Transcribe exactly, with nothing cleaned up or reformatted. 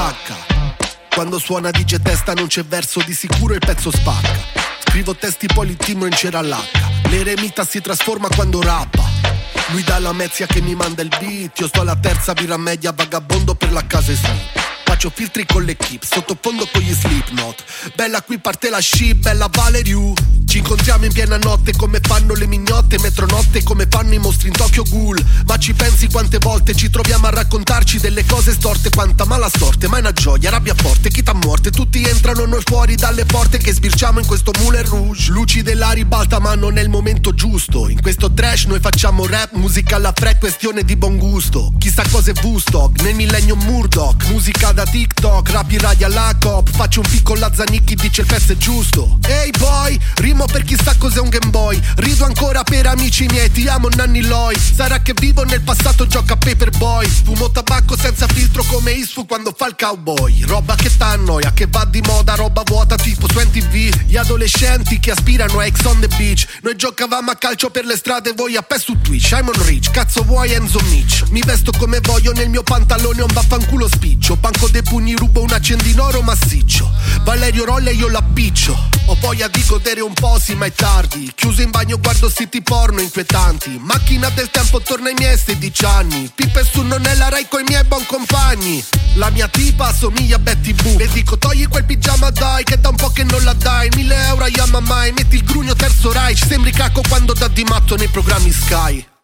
spacca. Quando suona D J Testa non c'è verso, di sicuro il pezzo spacca. Scrivo testi poi li timo in cera all'acca. L'eremita si trasforma quando rappa. Lui dà la mezia che mi manda il beat. Io sto alla terza birra media, vagabondo per la casa e sì. Faccio filtri con l'equipe, sottofondo con gli Slipknot. Bella qui parte la sci, bella Valeriu. Ci incontriamo in piena notte come fanno le mignotte. Metronotte come fanno i mostri in Tokyo Ghoul. Ma ci pensi quante volte ci troviamo a raccontarci delle cose storte. Quanta mala sorte, ma è una gioia, rabbia forte, chi t'ha morte. Tutti entrano noi fuori dalle porte che sbirciamo in questo Moulin Rouge. Luci della ribalta ma non è il momento giusto. In questo trash noi facciamo rap, musica alla fre, questione di buon gusto. Chissà cosa è Woodstock, nel millennio Murdoch. Musica da TikTok, rap in radio alla cop. Faccio un piccolo a Zanicchi, dice il pezzo è giusto. Ehi hey boy, rimo per chissà cos'è un Game Boy. Rido ancora per amici miei, ti amo Nanni Lloyd. Sarà che vivo nel passato, gioca a Paperboy. Fumo tabacco senza filtro come Isfu quando fa il cowboy. Roba che t'annoia, che va di moda, roba vuota tipo su M T V. Gli adolescenti che aspirano a Ex on the Beach. Noi giocavamo a calcio per le strade, voi a pes su Twitch. I'm on Rich, cazzo vuoi Enzo Mitch. Mi vesto come voglio, nel mio pantalone un vaffanculo spiccio. Panco dei pugni, rubo un accendinoro massiccio. Valerio Rolle io l'appiccio. Ho voglia di godere un po', sì ma è tardi. Chiuso in bagno guardo siti porno inquietanti. Macchina del tempo torna ai miei sedici anni. Pippe su non è la Rai coi miei buon compagni. La mia tipa assomiglia a Betty Boo. Le dico togli quel pigiama dai, che da un po' che non la dai. Mille euro a Yamamai, metti il grugno terzo Rai. Ci sembri caco quando dà di matto nei programmi Sky.